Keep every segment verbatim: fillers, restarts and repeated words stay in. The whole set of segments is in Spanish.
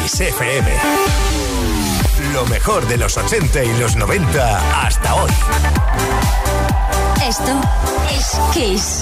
Kiss F M. Lo mejor de los ochenta y los noventa hasta hoy. Esto es Kiss.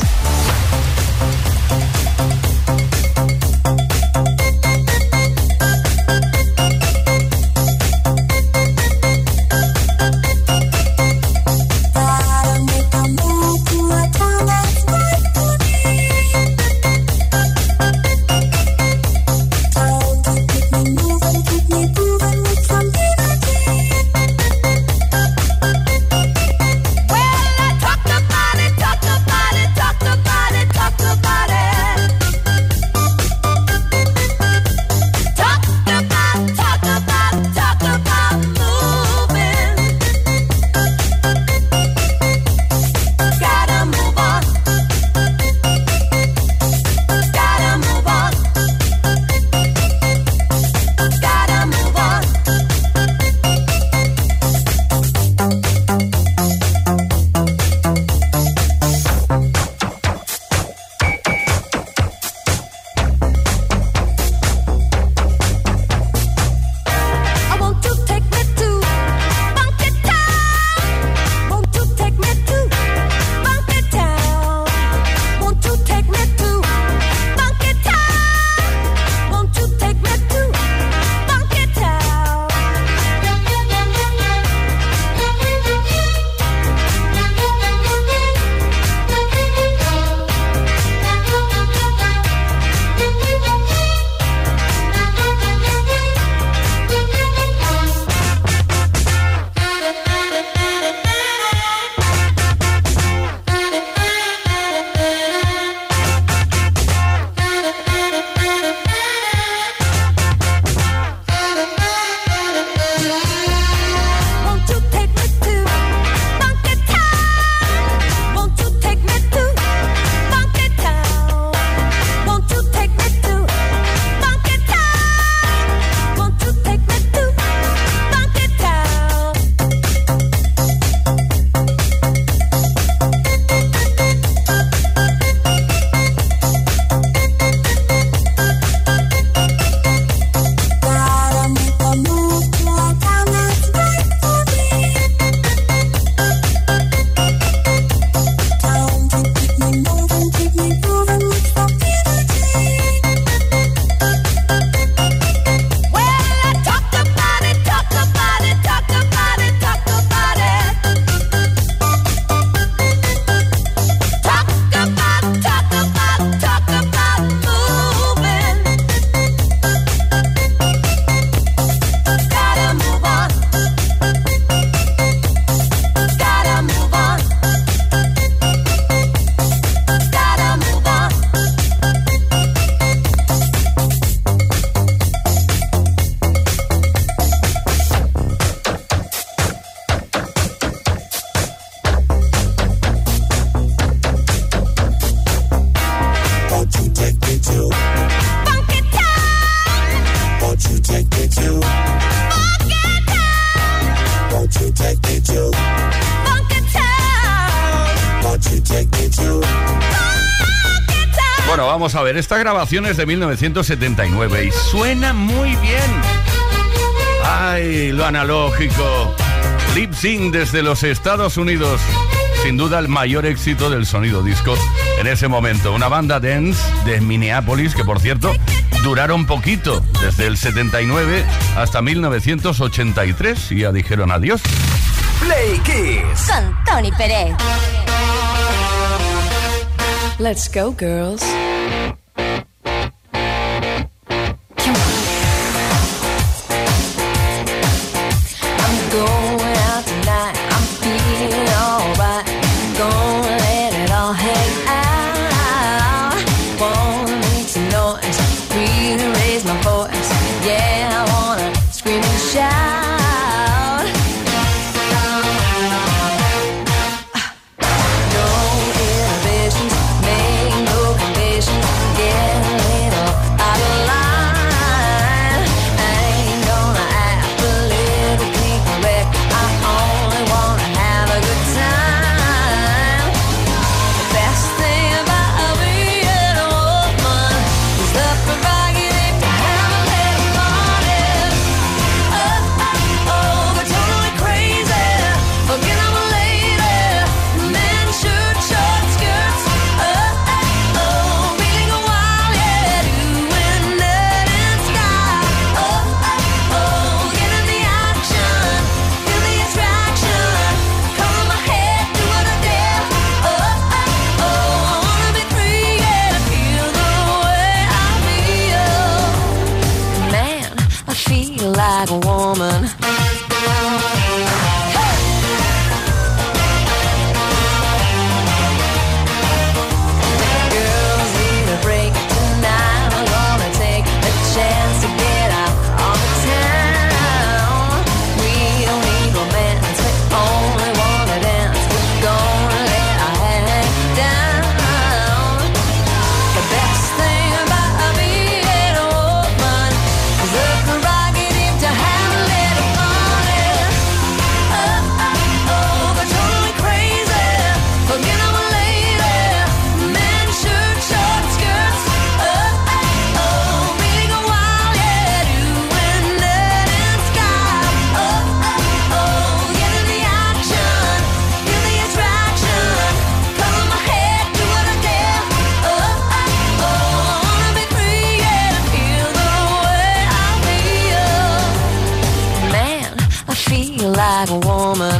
Bueno, vamos a ver, esta grabación es de mil novecientos setenta y nueve y suena muy bien. ¡Ay, lo analógico! Lip Sync desde los Estados Unidos. Sin duda el mayor éxito del sonido disco en ese momento. Una banda dance de Minneapolis que, por cierto, duraron poquito, desde el setenta y nueve hasta mil novecientos ochenta y tres, y ya dijeron adiós. Play Kiss con Tony Pérez. Let's go, girls. No inhibitions, make no conditions.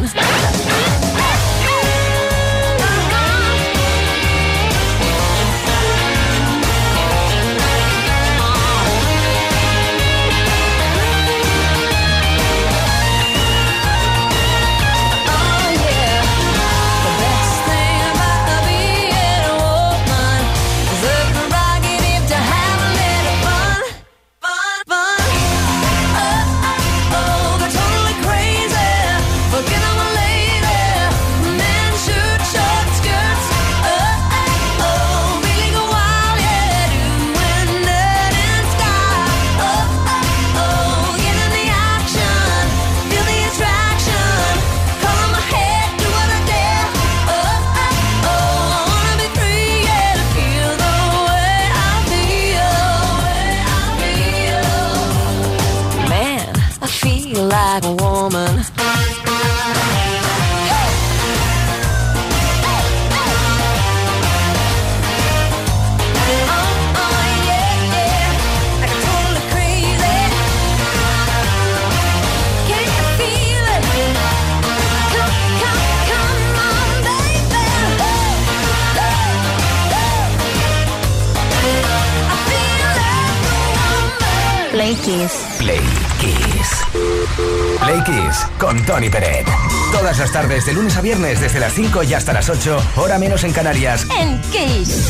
woman. Like a woman. Play Kiss. Play Kiss. Play Kiss con Tony Peret. Todas las tardes de lunes a viernes desde las cinco y hasta las ocho, hora menos en Canarias. En Kiss.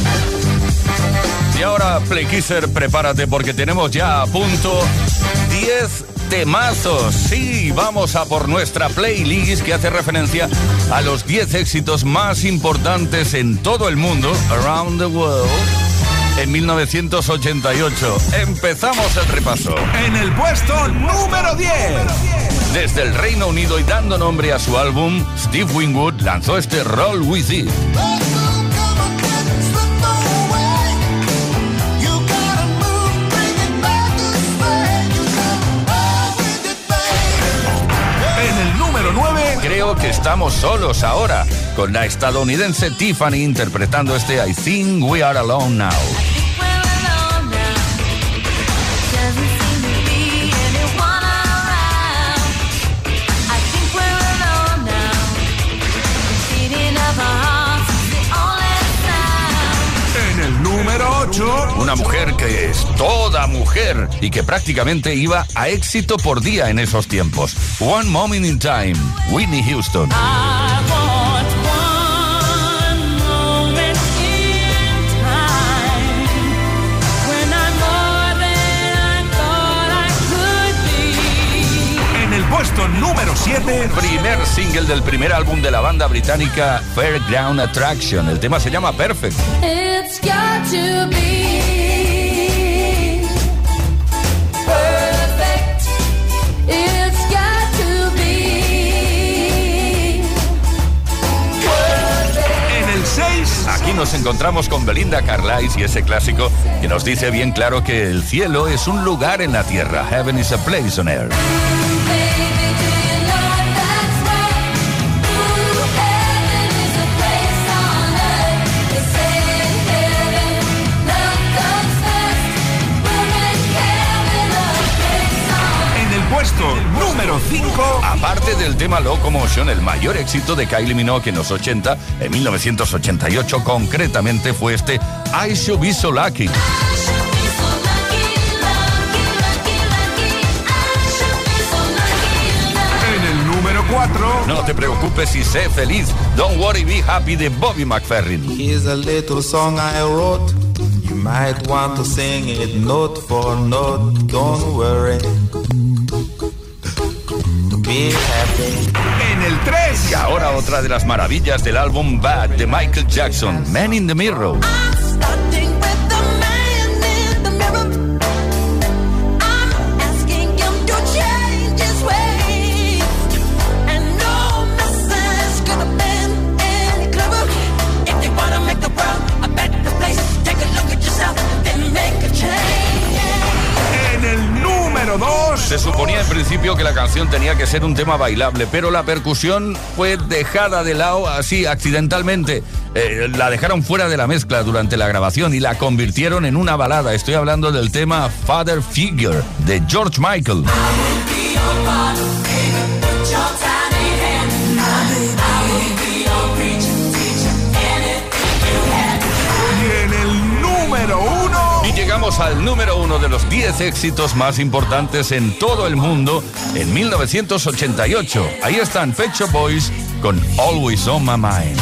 Y ahora, Play Kisser, prepárate porque tenemos ya a punto diez temazos. Sí, vamos a por nuestra playlist que hace referencia a los diez éxitos más importantes en todo el mundo, around the world, en mil novecientos ochenta y ocho. Empezamos el repaso. En el puesto número diez. Desde el Reino Unido y dando nombre a su álbum, Steve Winwood lanzó este Roll With It. En el número nueve. Creo que estamos solos ahora, con la estadounidense Tiffany interpretando este I Think We Are Alone Now. Una mujer que es toda mujer y que prácticamente iba a éxito por día en esos tiempos. One Moment in Time, Whitney Houston. En el puesto número siete, primer single del primer álbum de la banda británica Fairground Attraction. El tema se llama Perfect. It's got to be perfect. It's got to be perfect. En el seis, aquí nos encontramos con Belinda Carlisle y ese clásico que nos dice bien claro que el cielo es un lugar en la tierra. Heaven is a place on earth. número cinco. Aparte del tema Locomotion, el mayor éxito de Kylie Minogue en los ochenta, en mil novecientos ochenta y ocho concretamente, fue este I Should Be So Lucky. En el número cuatro. No te preocupes y sé feliz. Don't Worry, Be Happy de Bobby McFerrin. Here's a little song I wrote. You might want to sing it note for note. Don't worry. Be happy. En el tres. Y ahora otra de las maravillas del álbum Bad de Michael Jackson, Man in the Mirror. Se suponía en principio que la canción tenía que ser un tema bailable, pero la percusión fue dejada de lado así accidentalmente. Eh, la dejaron fuera de la mezcla durante la grabación y la convirtieron en una balada. Estoy hablando del tema Father Figure de George Michael. llegamos al número uno de los diez éxitos más importantes en todo el mundo en mil novecientos ochenta y ocho. Ahí están Pet Shop Boys con Always on My Mind.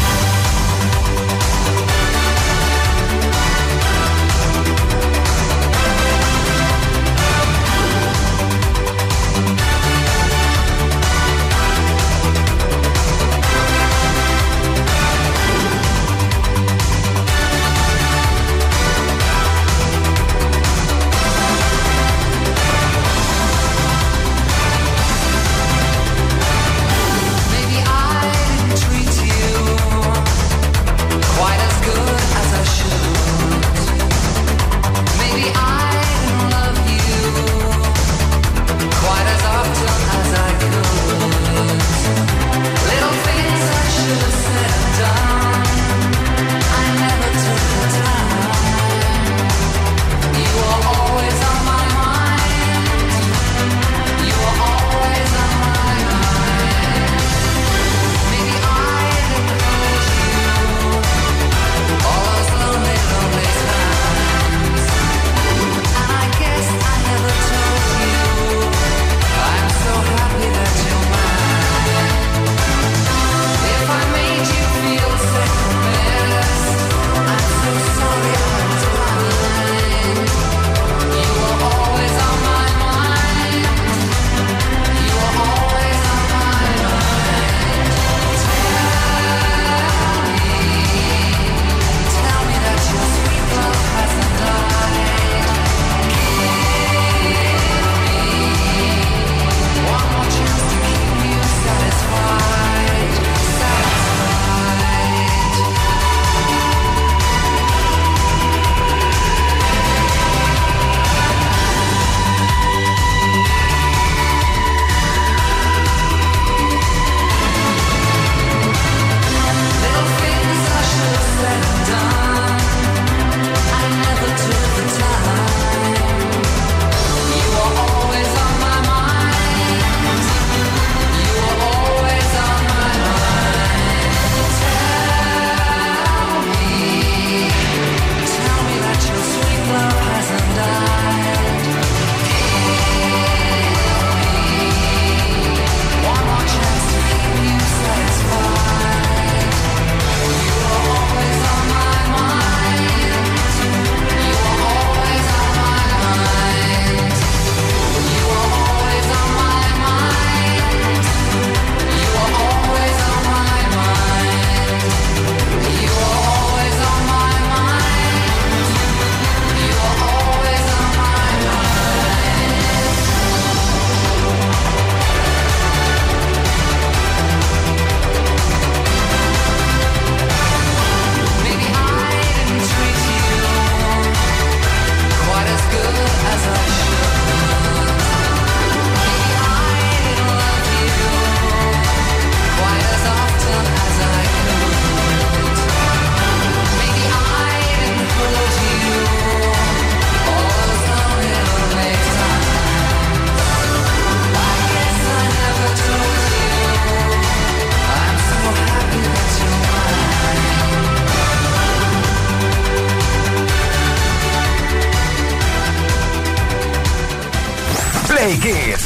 Play Kiss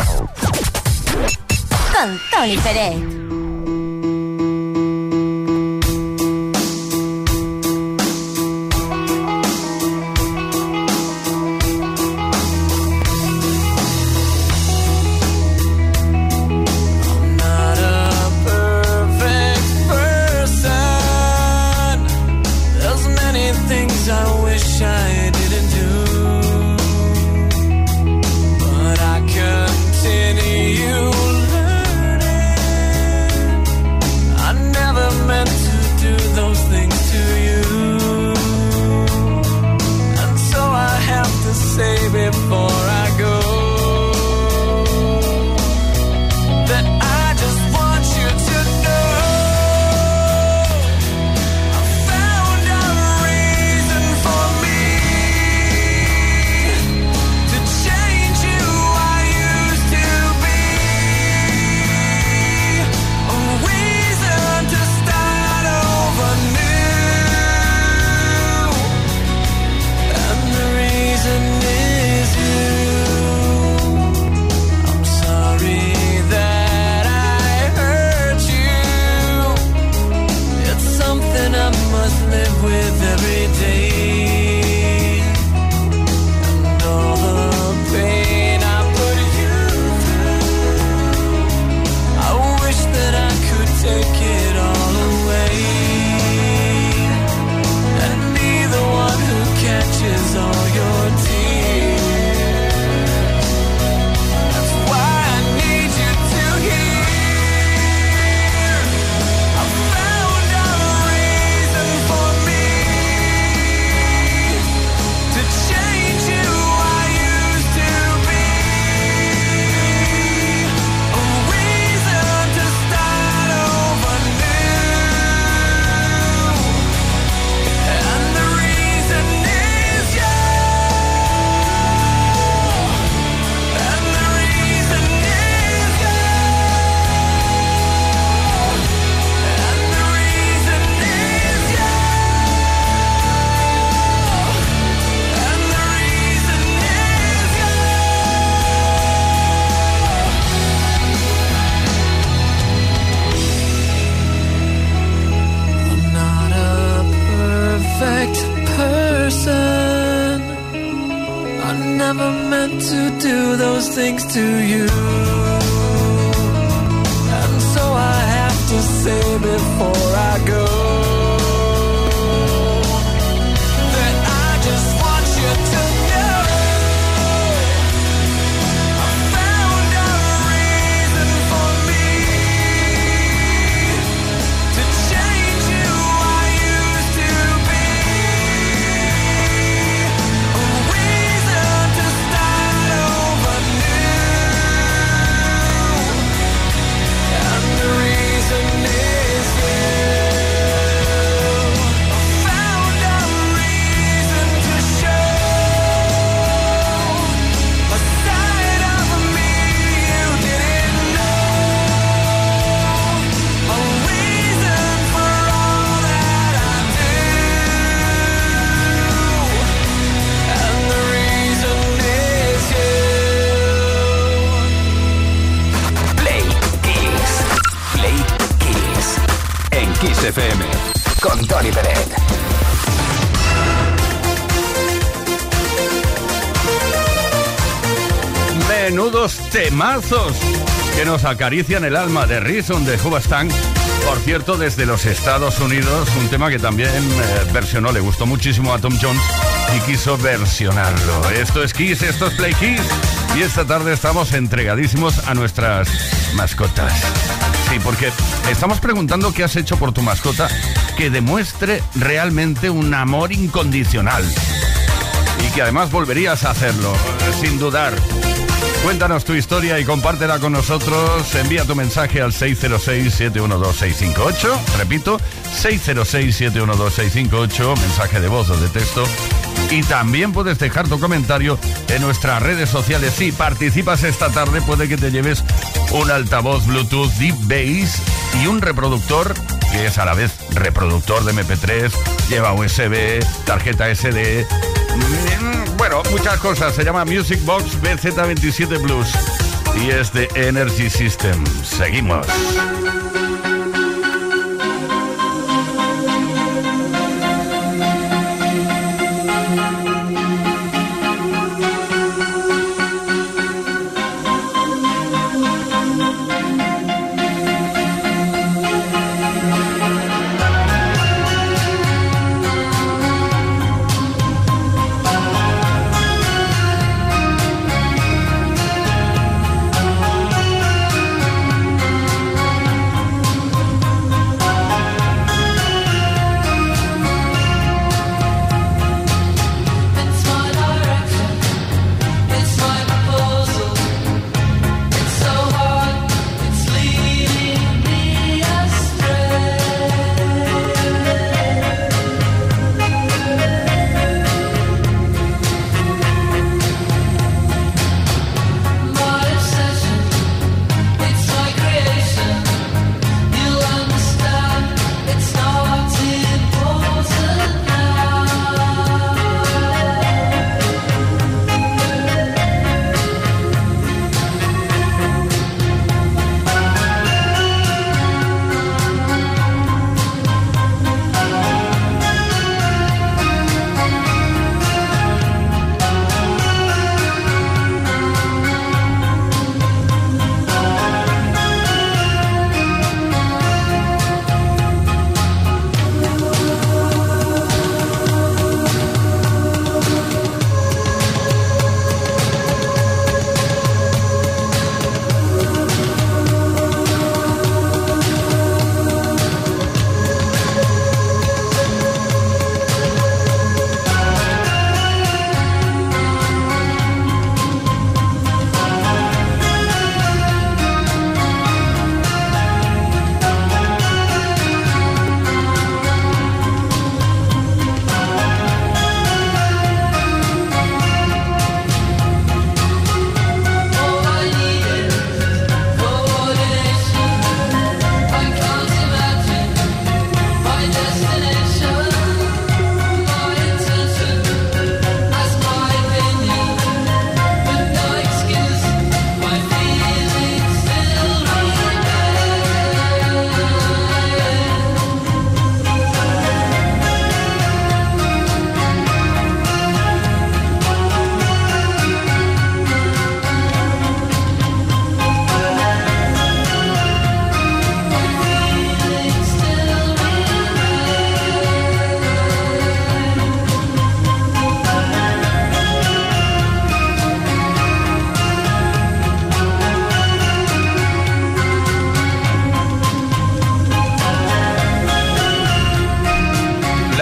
con Tony Pérez. Continue learning. never meant to do those things to you. And so I have to say before I go that I just want you to know I found a reason for me to change who I used to be. A reason to start over new. And the reason is you. I found a reason to show a side of me you didn't know. A reason for all that I do. And the reason is you. Play Kiss. Play Kiss. En Kiss F M. Con Tony Pérez. Menudos temazos que nos acarician el alma, de Reason de Hoobastank. Por cierto, desde los Estados Unidos, un tema que también eh, versionó, le gustó muchísimo a Tom Jones y quiso versionarlo. Esto es Kiss, esto es Play Kiss, y esta tarde estamos entregadísimos a nuestras mascotas. Sí, porque estamos preguntando qué has hecho por tu mascota que demuestre realmente un amor incondicional y que además volverías a hacerlo, eh, sin dudar. Cuéntanos tu historia y compártela con nosotros. Envía tu mensaje al seis cero seis, siete uno dos, seis cinco ocho. Repito, seis cero seis, siete uno dos, seis cinco ocho. Mensaje de voz o de texto. Y también puedes dejar tu comentario en nuestras redes sociales. Si participas esta tarde, puede que te lleves un altavoz Bluetooth Deep Bass y un reproductor que es a la vez reproductor de eme pe tres, lleva u ese be, tarjeta ese de... Bueno, muchas cosas. Se llama Music Box be zeta veintisiete Plus y es de Energy System. Seguimos.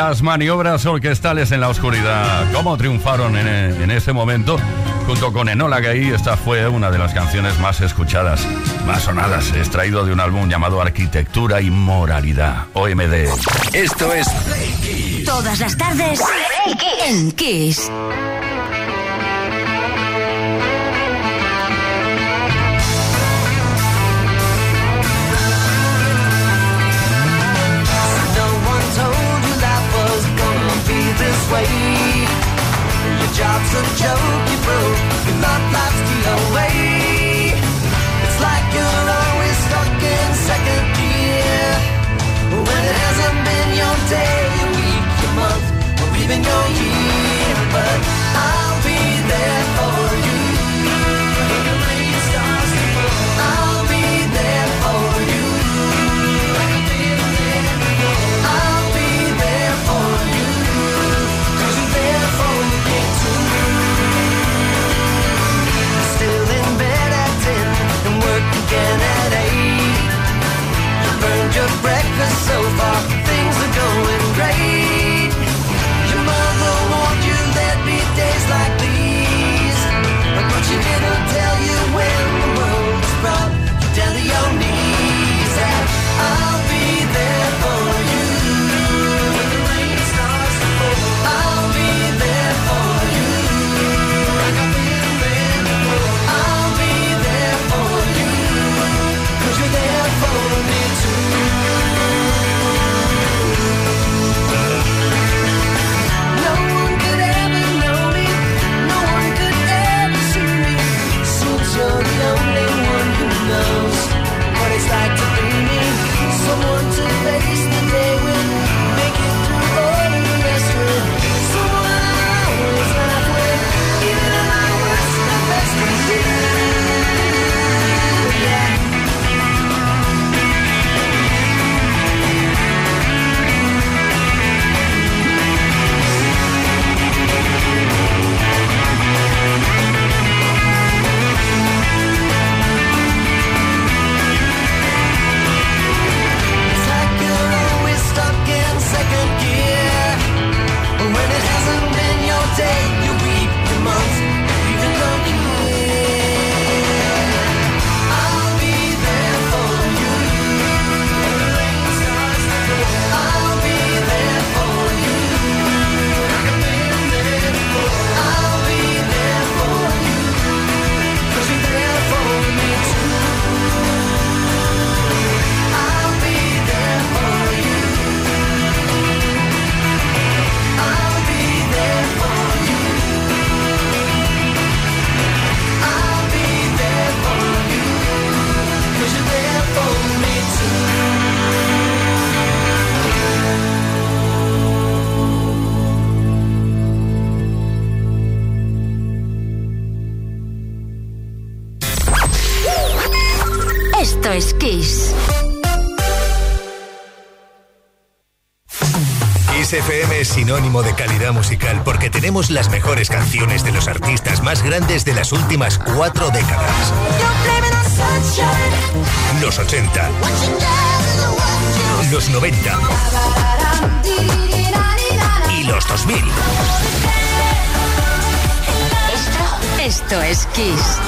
las maniobras orquestales en la oscuridad. ¿Cómo triunfaron en, en ese momento? Junto con Enola Gay, esta fue una de las canciones más escuchadas, más sonadas, extraído de un álbum llamado Arquitectura y Moralidad, O M D. Esto es Todas las tardes en Kiss. This way, your job's a joke, you broke, your love life's the away. It's like you're always stuck in second gear, when it hasn't been your day, your week, your month, or even your year. But I'll be there for you when the rain starts to fall. I'll be there for you. I'll be there for you. Again at eight. You burned your breakfast so far, things are going great. Your mother warned you there'd be days like these, but she didn't tell you when the world was brought you down to your knees. And I'll be there for you when the rain starts to fall. I'll be there for you like I've been there before. I'll be there for you. You're there for me too. No one could ever know me, no one could ever see me. Since you're the only one who knows what it's like to be me. Someone to face the day with, make it through all of the rest with. Someone I always laugh with, even at my worst, the best with you. Yeah. Esto es Kiss. Kiss F M es sinónimo de calidad musical porque tenemos las mejores canciones de los artistas más grandes de las últimas cuatro décadas. Los ochenta, los noventa y los dos mil. Esto, esto es Kiss.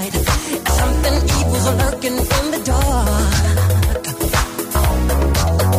Something evil's lurking in the dark.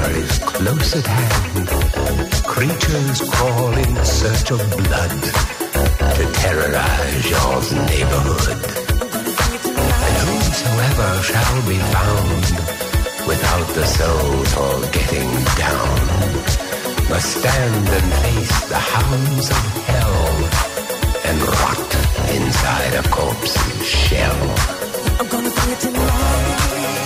hour is close at hand. Creatures crawl in search of blood to terrorize your neighborhood. And whosoever shall be found without the soul for getting down must stand and face the hounds of hell and rot inside a corpse's shell. I'm gonna do it tonight.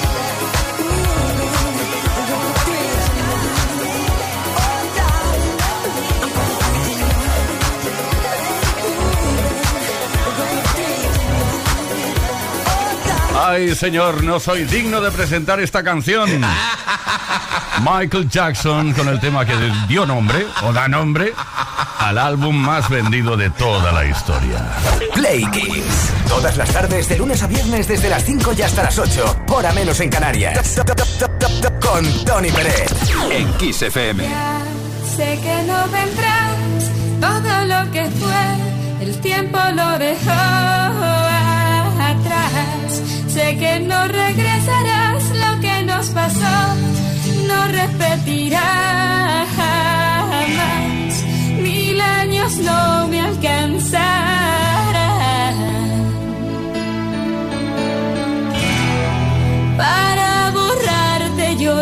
Ay, señor, no soy digno de presentar esta canción. Michael Jackson con el tema que dio nombre, o da nombre, al álbum más vendido de toda la historia. Play Kiss. Todas las tardes, de lunes a viernes, desde las cinco y hasta las ocho. Hora menos en Canarias. Con Tony Pérez. En Kiss F M. Ya sé que no vendrás. Todo lo que fue, el tiempo lo dejó atrás. Sé que no regresarás, lo que nos pasó no repetirá jamás. Mil años no me alcanzarán para borrarte y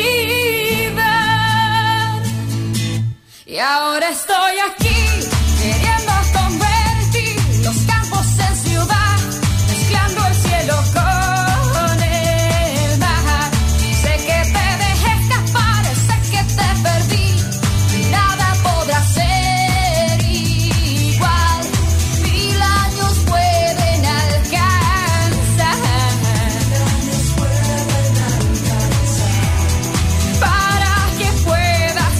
olvidar. Y ahora estoy aquí queriendo convertir los campos en ciudad, mezclando el cielo con el mar. Sé que te dejé escapar, sé que te perdí, nada podrá ser igual. Mil años pueden alcanzar para que puedas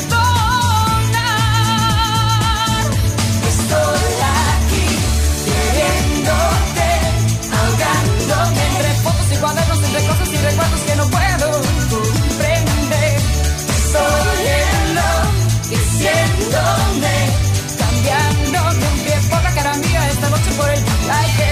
perdonar. Estoy aquí queriéndote, ahogándome entre fotos y cuadernos, entre cosas y recuerdos que no puedo comprender. Estoy enloqueciéndome, cambiándome un pie por la cara mía esta noche por el aire.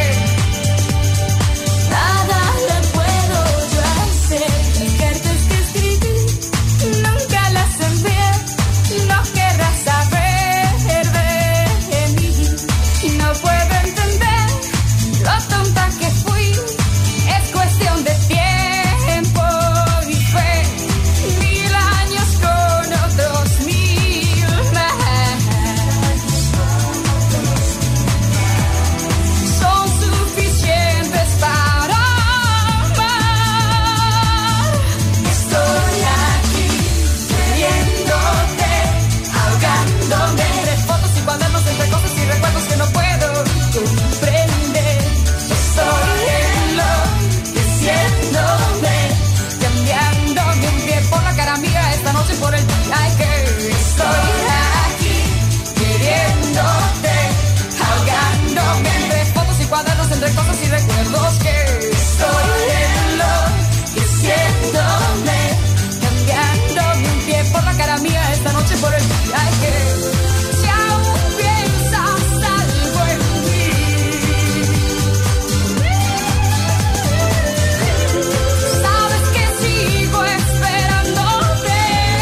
Nada le puedo yo hacer. Las cartas que escribí nunca las envié. No querrás saber de mí. No puedo entender lo tonta que fui. Es cuestión de tiempo y fe. Mil años con otros mil más son suficientes para amar. Estoy aquí queriéndote, ahogándome entre fotos y cuadernos, entre cosas y recuerdos que no puedo comprender. Estoy enloqueciéndome, cambiándome un pie por la cara mía esta noche por el aire. Estoy aquí queriéndote, ahogándome entre fotos y cuadernos, entre cosas y recuerdos que estoy enloqueciéndome, cambiándome un pie por la cara mía esta noche por el aire. Si aún piensas algo en mí, sabes que sigo esperándote.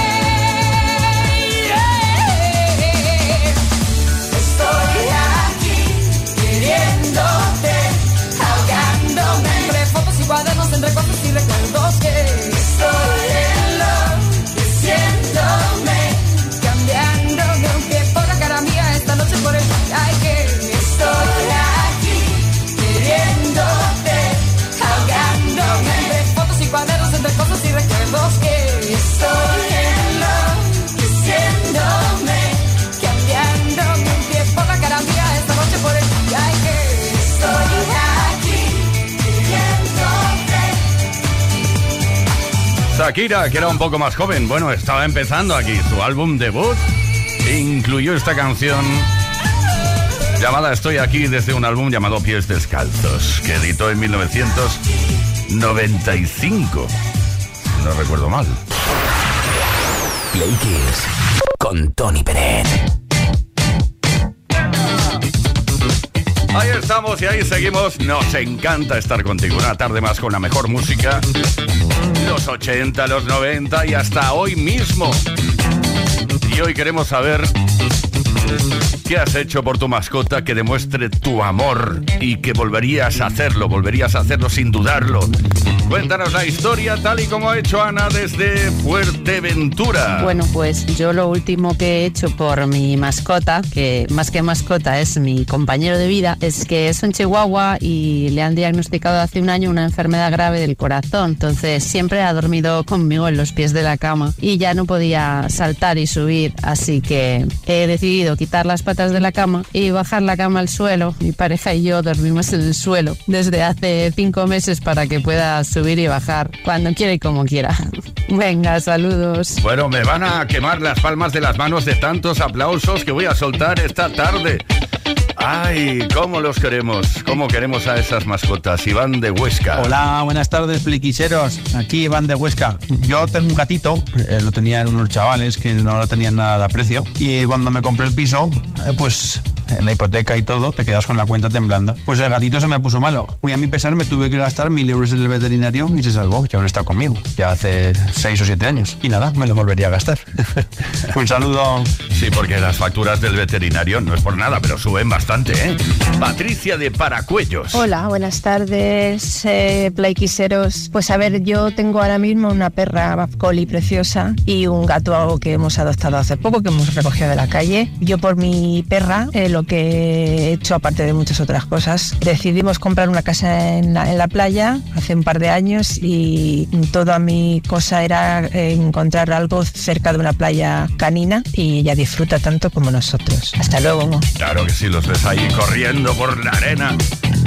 Estoy aquí queriéndote, ahogándome entre fotos y cuadernos, entre cosas y recuerdos que estoy enloqueciéndome, cambiándome un pie por la cara mía esta noche por el aire. Estoy aquí queriéndote, ahogándome entre fotos y cuadernos, entre cosas y recuerdos que estoy enloqueciéndome, cambiándome un pie por la cara mía esta noche por el aire. Estoy aquí queriéndote. Shakira, que era un poco más joven, bueno, estaba empezando aquí su álbum debut, incluyó esta canción llamada Estoy aquí, desde un álbum llamado Pies Descalzos, que editó en mil novecientos noventa y cinco, si no recuerdo mal. Play Kiss con Tony Pérez. Ahí estamos y ahí seguimos. Nos encanta estar contigo. Una tarde más con la mejor música. Los ochenta, los noventa y hasta hoy mismo. Y hoy queremos saber qué has hecho por tu mascota que demuestre tu amor y que volverías a hacerlo, volverías a hacerlo sin dudarlo. Cuéntanos la historia tal y como ha hecho Ana desde Fuerteventura. Bueno, pues yo lo último que he hecho por mi mascota, que más que mascota es mi compañero de vida, es que es un chihuahua y le han diagnosticado hace un año una enfermedad grave del corazón. Entonces siempre ha dormido conmigo en los pies de la cama y ya no podía saltar y subir, así que he decidido quitar las patas de la cama y bajar la cama al suelo. Mi pareja y yo dormimos en el suelo desde hace cinco meses para que pueda subir y bajar cuando quiera y como quiera. Venga, saludos. Bueno, me van a quemar las palmas de las manos de tantos aplausos que voy a soltar esta tarde. Ay, cómo los queremos, cómo queremos a esas mascotas. Iván de Huesca. Hola, buenas tardes, pliquiseros. Aquí Iván de Huesca. Yo tengo un gatito, eh, lo tenían unos chavales que no lo tenían nada de aprecio. Y cuando me compré el piso, eh, pues en la hipoteca y todo, te quedas con la cuenta temblando. Pues el gatito se me puso malo. Muy a mi pesar me tuve que gastar mil euros en el veterinario y se salvó. Ya no está conmigo, ya hace seis o siete años. Y nada, me lo volvería a gastar. Un saludo. Sí, porque las facturas del veterinario no es por nada, pero suben bastante, ¿eh? Patricia de Paracuellos. Hola, buenas tardes, eh, playquiseros. Pues a ver, yo tengo ahora mismo una perra collie preciosa y un gato que hemos adoptado hace poco, que hemos recogido de la calle. Yo por mi perra, eh, lo que he hecho, aparte de muchas otras cosas, decidimos comprar una casa en la, en la playa hace un par de años y toda mi cosa era eh, encontrar algo cerca de una playa canina y ella disfruta tanto como nosotros. Hasta luego. Claro que sí, los ves ahí corriendo por la arena.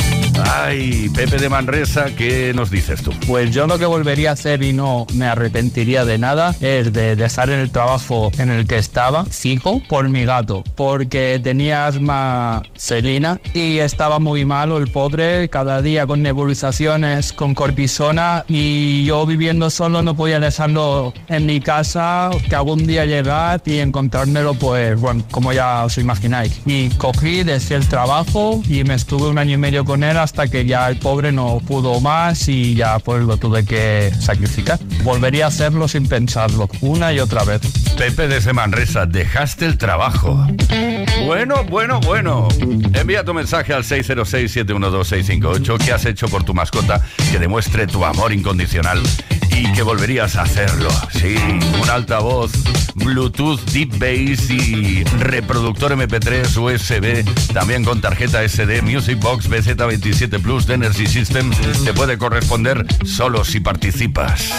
Ay, Pepe de Manresa, ¿qué nos dices tú? Pues yo lo que volvería a hacer y no me arrepentiría de nada es de dejar el trabajo en el que estaba fijo por mi gato, porque tenía asma celina y estaba muy malo el pobre, cada día con nebulizaciones, con cortisona, y yo viviendo solo no podía dejarlo en mi casa, que algún día llegar y encontrármelo, pues bueno, como ya os imagináis. Y cogí, dejé el trabajo y me estuve un año y medio con él hasta que ya el pobre no pudo más y ya pues lo tuve que sacrificar. Volvería a hacerlo sin pensarlo, una y otra vez. Pepe desde Manresa, dejaste el trabajo. Bueno, bueno, bueno. Envía tu mensaje al seis cero seis, siete uno dos, seis cinco ocho. ¿Qué has hecho por tu mascota que demuestre tu amor incondicional y que volverías a hacerlo? Sí, un altavoz, Bluetooth, Deep Bass y reproductor eme pe tres u ese be, también con tarjeta ese de, Music Box be zeta veintisiete Plus de Energy System, te puede corresponder solo si participas.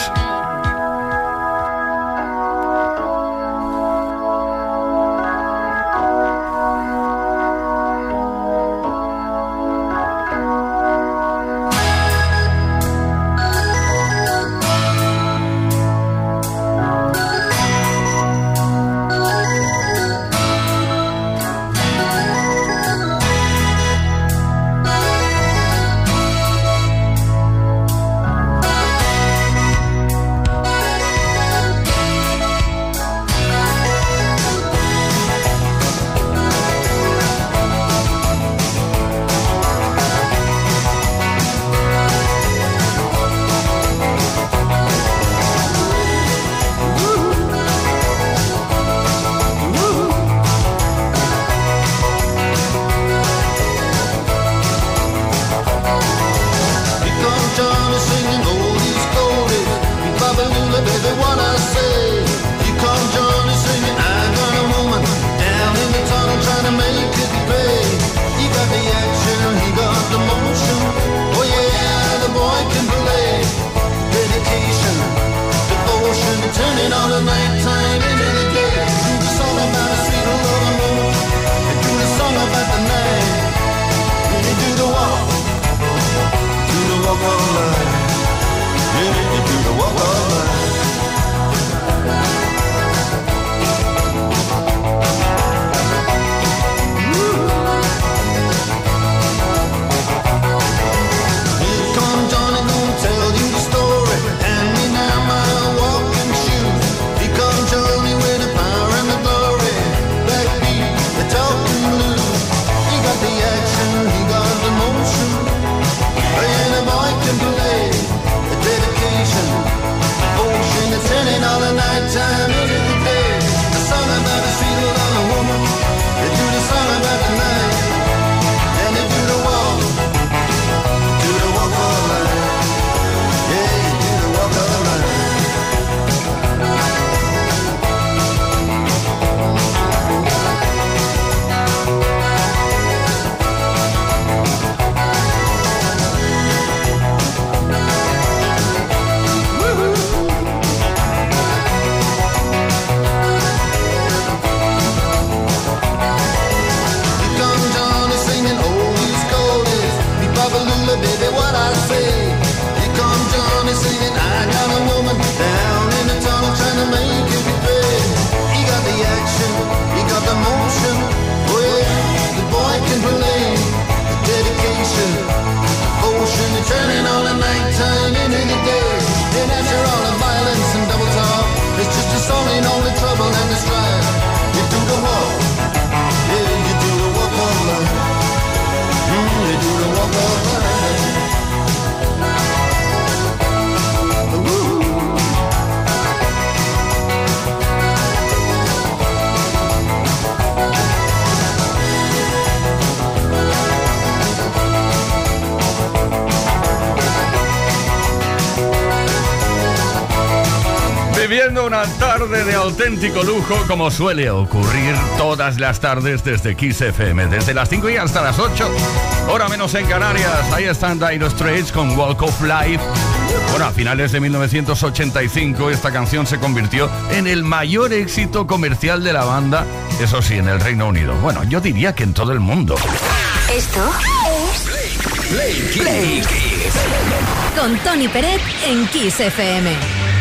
viviendo una tarde de auténtico lujo, como suele ocurrir todas las tardes desde Kiss F M, desde las cinco y hasta las ocho, hora menos en Canarias. Ahí están Dire Straits con Walk of Life. Bueno, a finales de mil novecientos ochenta y cinco esta canción se convirtió en el mayor éxito comercial de la banda, eso sí, en el Reino Unido. Bueno, yo diría que en todo el mundo. Esto es Play, Play, Play Kiss. Con Tony Peret en Kiss F M.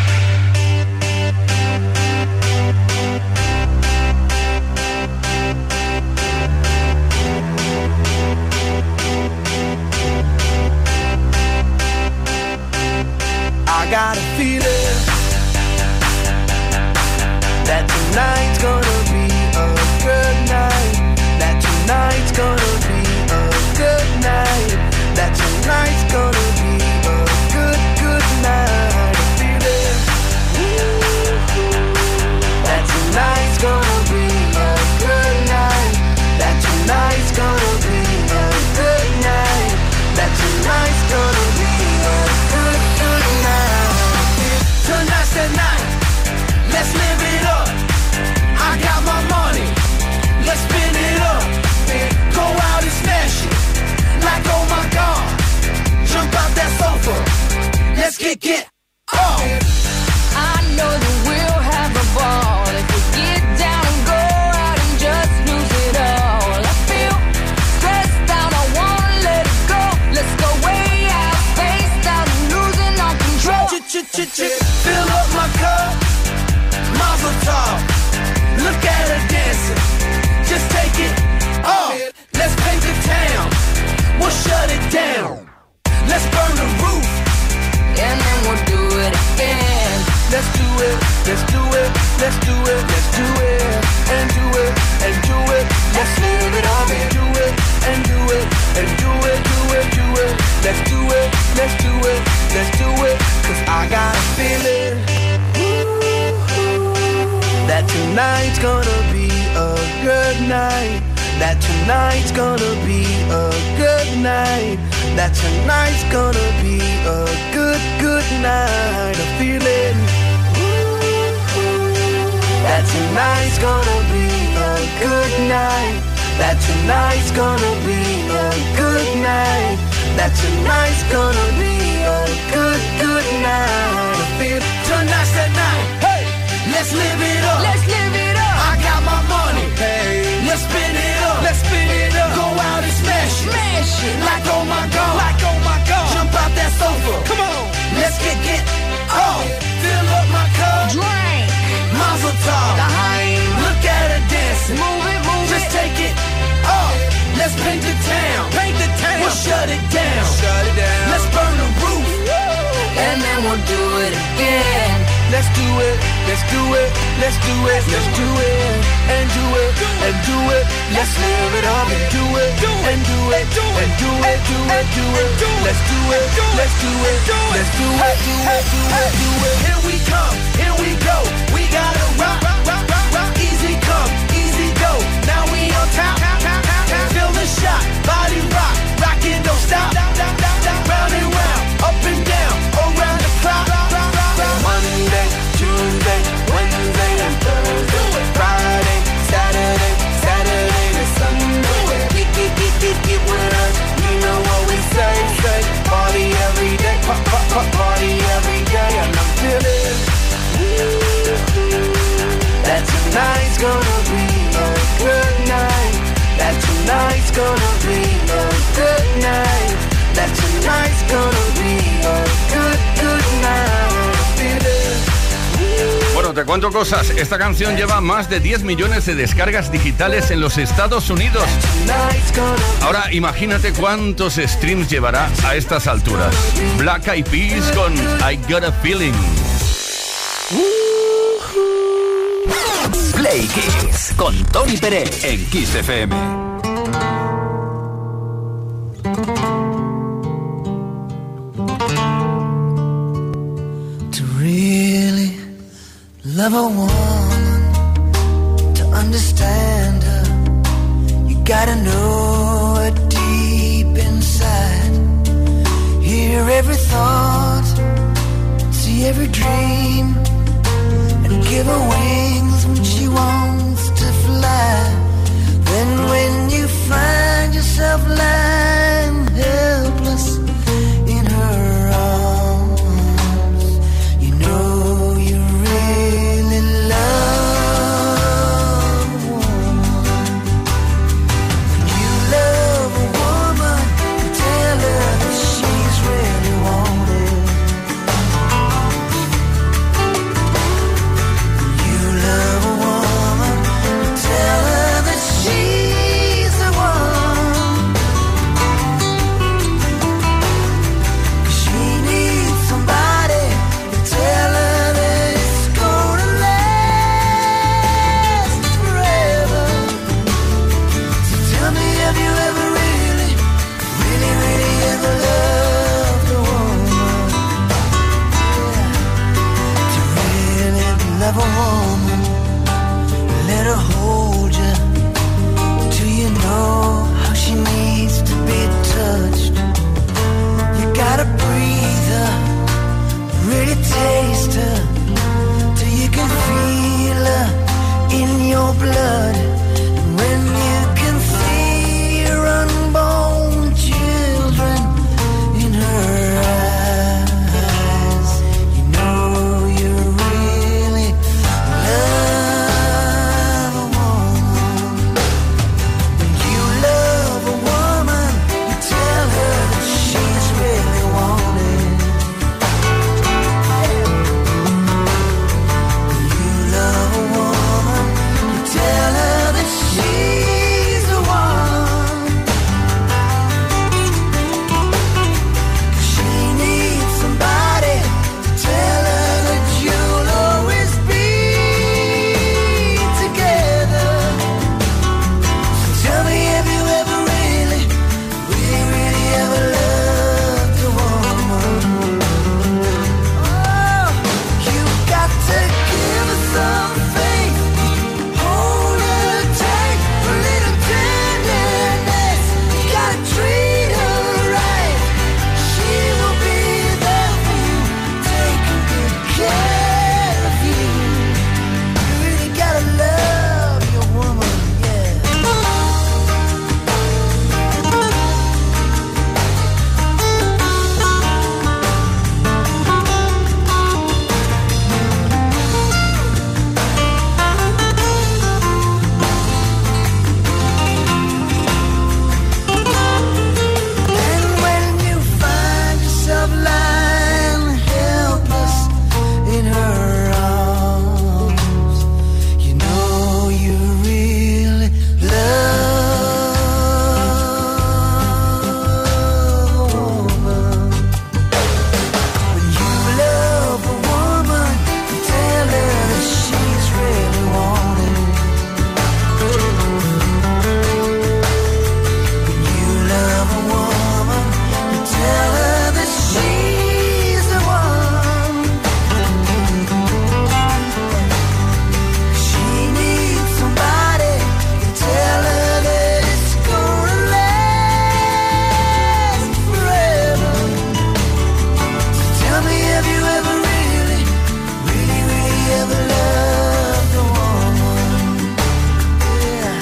I got a feeling that tonight's gonna be a good night. That tonight's gonna be a good night. That tonight's gonna be a good, good night. A feeling that tonight's gonna be a good night. That tonight's gonna be a good night. That tonight's gonna be a good, good night. Tonight's the night, let's live it up. I got my money, let's spin it up. Go out and smash it, like oh my God. Jump out that sofa, let's kick it off. I know that we'll have a ball if we get down and go out and just lose it all. I feel stressed out, I wanna let it go. Let's go way out, spaced out, and losing all control. Fill up my cup, mazel tov. Look at her dancing, just take it off. Let's paint the town, we'll shut it down. Let's burn the roof, and then we'll do it again. Let's do it, let's do it, let's do it, let's do it, and do it, and do it. Let's live it up and do it, and do it, and do it, do it, do it. Let's do it, let's do it, let's do it. Cause I got a feeling that tonight's gonna be a good night. That tonight's gonna be a good night. That tonight's gonna be a good, good night. A feeling that tonight's gonna be a good night. That tonight's gonna be a good night. That tonight's gonna be a good, good night. I feel tonight's the night. Hey, let's live it up. Let's live it up. I got my money. Hey, let's spin it up. Let's spin it up. Go out and smash it. Smash it. Like oh my God. Like oh my God. Jump out that sofa. Come on. Let's get get off. Fill up my cup. Drink. Mazel tov. Look at her dancing. Move it, move Just it. take it off. Let's paint the town. Paint the town. We'll shut it down. Shut it down. Let's burn the roof. And then we'll do it again. Let's do it. Let's do it. Let's do it. Let's do it. And do it. And do it. Let's live it up and do it. And do it. And do it. Do it. Do it. Let's do it. Let's do it. Let's do it. Do it. Do it. Do it. Here we come. Here we go. We gotta rock. Rock. Rock. Rock. Easy come. Easy go. Now we on top. Feel the shot. Body rock. Rock it. Don't stop. Round and round. Up and down. Around the clock. Monday, Tuesday, Wednesday, and Thursday. Friday, Saturday, Saturday to Sunday. Keep, keep, keep, keep, keep with us. You know what we say, say. Party every day, pop, pop, pop, party every day. And I'm feeling that tonight's gonna be a good night. That tonight's gonna be a good night. That tonight's gonna be a good, good night. Bueno, te cuento cosas. Esta canción lleva más de diez millones de descargas digitales en los Estados Unidos. Ahora imagínate cuántos streams llevará a estas alturas. Black Eyed Peas con I Got a Feeling. Play Kiss con Tony Pérez en Kiss F M. Love a woman, to understand her, you gotta know her deep inside. Hear every thought, see every dream, give her wings when she wants to fly. Then when you find yourself lying helpless in her arms, you know you really love a woman. When you love a woman, you tell her that she's really wanted. When you love a woman, you tell her that she's the one. 'Cause she needs somebody to tell her that it's gonna last forever. So tell me, have you ever really, really, really ever loved a woman? Yeah. To really love a woman, let her hold you till you know how she needs to be touched. You gotta breathe her, really taste her, till you can feel her in your blood. And when you can see your unborn children in her eyes, you know you really love a woman. When you love a woman, you tell her that she's really wanted. When you love a woman, you tell her that she's the one. 'Cause she needs somebody to tell her that you'll always be together. So tell me, have you ever really, really, really ever loved a woman? Oh, you got to give her some faith, hold her tight, a little tenderness. You gotta treat her right. She will be there for you, taking good care of you. You really gotta love your woman, yeah. And when you find yourself lying helpless in her arms, you know you really love a woman. When you love a woman, you tell her that she's really wanted. When you love a woman, you tell her that she's the one. She needs somebody to tell her that it's gonna last forever. So tell me, have you ever really, really, really ever loved a woman? Yeah.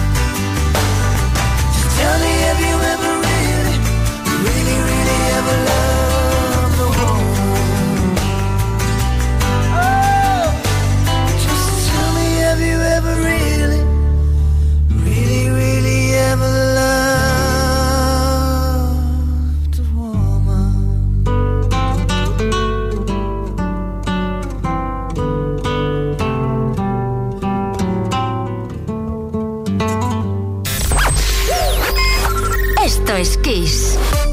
Just tell me, have you ever really, really, really ever loved a woman? Oh, just tell me, have you ever really, really, really ever loved a woman? Esto es Kiss.